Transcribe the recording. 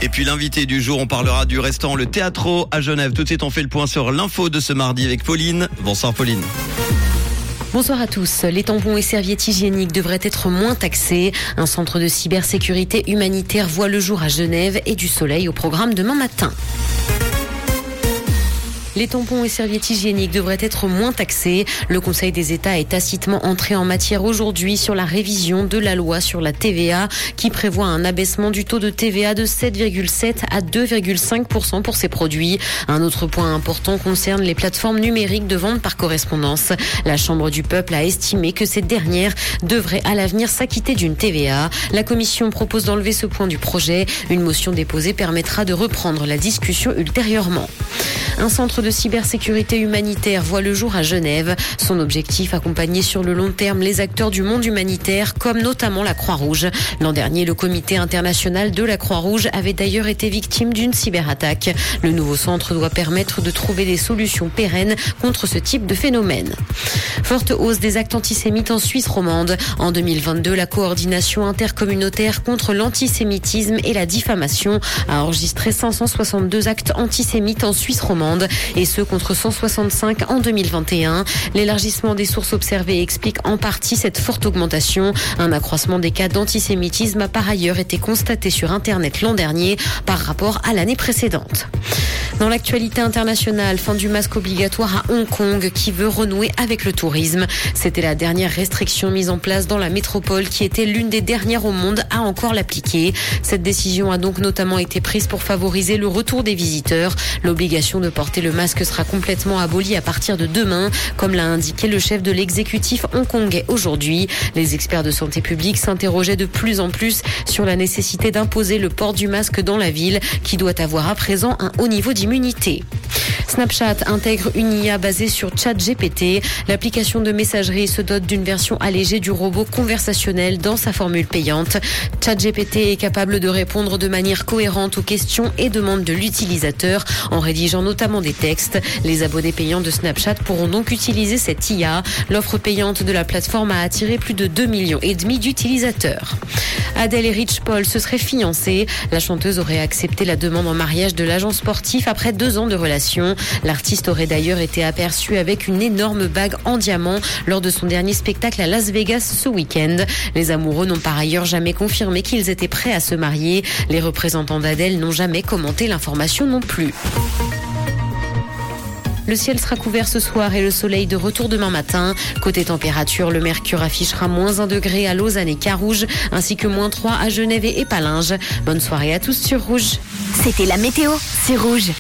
Et puis l'invité du jour, on parlera du restaurant Le Teatro à Genève. Tout de suite, on fait le point sur l'info de ce mardi avec Pauline. Bonsoir Pauline. Bonsoir à tous. Les tampons et serviettes hygiéniques devraient être moins taxés. Un centre de cybersécurité humanitaire voit le jour à Genève et du soleil au programme demain matin. Les tampons et serviettes hygiéniques devraient être moins taxés. Le Conseil des États est tacitement entré en matière aujourd'hui sur la révision de la loi sur la TVA qui prévoit un abaissement du taux de TVA de 7,7 à 2,5% pour ces produits. Un autre point important concerne les plateformes numériques de vente par correspondance. La Chambre du peuple a estimé que ces dernières devraient à l'avenir s'acquitter d'une TVA. La Commission propose d'enlever ce point du projet. Une motion déposée permettra de reprendre la discussion ultérieurement. Un centre de cybersécurité humanitaire voit le jour à Genève. Son objectif, accompagner sur le long terme les acteurs du monde humanitaire, comme notamment la Croix-Rouge. L'an dernier, le Comité international de la Croix-Rouge avait d'ailleurs été victime d'une cyberattaque. Le nouveau centre doit permettre de trouver des solutions pérennes contre ce type de phénomène. Forte hausse des actes antisémites en Suisse romande. En 2022, la coordination intercommunautaire contre l'antisémitisme et la diffamation a enregistré 562 actes antisémites en Suisse romande. Et ce contre 165 en 2021. L'élargissement des sources observées explique en partie cette forte augmentation. Un accroissement des cas d'antisémitisme a par ailleurs été constaté sur Internet l'an dernier par rapport à l'année précédente. Dans l'actualité internationale, fin du masque obligatoire à Hong Kong qui veut renouer avec le tourisme. C'était la dernière restriction mise en place dans la métropole qui était l'une des dernières au monde à encore l'appliquer. Cette décision a donc notamment été prise pour favoriser le retour des visiteurs. L'obligation de porter le masque sera complètement abolie à partir de demain, comme l'a indiqué le chef de l'exécutif hongkongais aujourd'hui. Les experts de santé publique s'interrogeaient de plus en plus sur la nécessité d'imposer le port du masque dans la ville, qui doit avoir à présent un haut niveau d'immunité. Snapchat intègre une IA basée sur ChatGPT. L'application de messagerie se dote d'une version allégée du robot conversationnel dans sa formule payante. ChatGPT est capable de répondre de manière cohérente aux questions et demandes de l'utilisateur en rédigeant notamment des textes. Les abonnés payants de Snapchat pourront donc utiliser cette IA. L'offre payante de la plateforme a attiré plus de 2,5 millions d'utilisateurs. Adèle et Rich Paul se seraient fiancés. La chanteuse aurait accepté la demande en mariage de l'agent sportif après 2 ans de relation. L'artiste aurait d'ailleurs été aperçu avec une énorme bague en diamant lors de son dernier spectacle à Las Vegas ce week-end. Les amoureux n'ont par ailleurs jamais confirmé qu'ils étaient prêts à se marier. Les représentants d'Adèle n'ont jamais commenté l'information non plus. Le ciel sera couvert ce soir et le soleil de retour demain matin. Côté température, le mercure affichera -1 degré à Lausanne et Carouge, ainsi que -3 à Genève et Épalinges. Bonne soirée à tous sur Rouge. C'était la météo, c'est Rouge.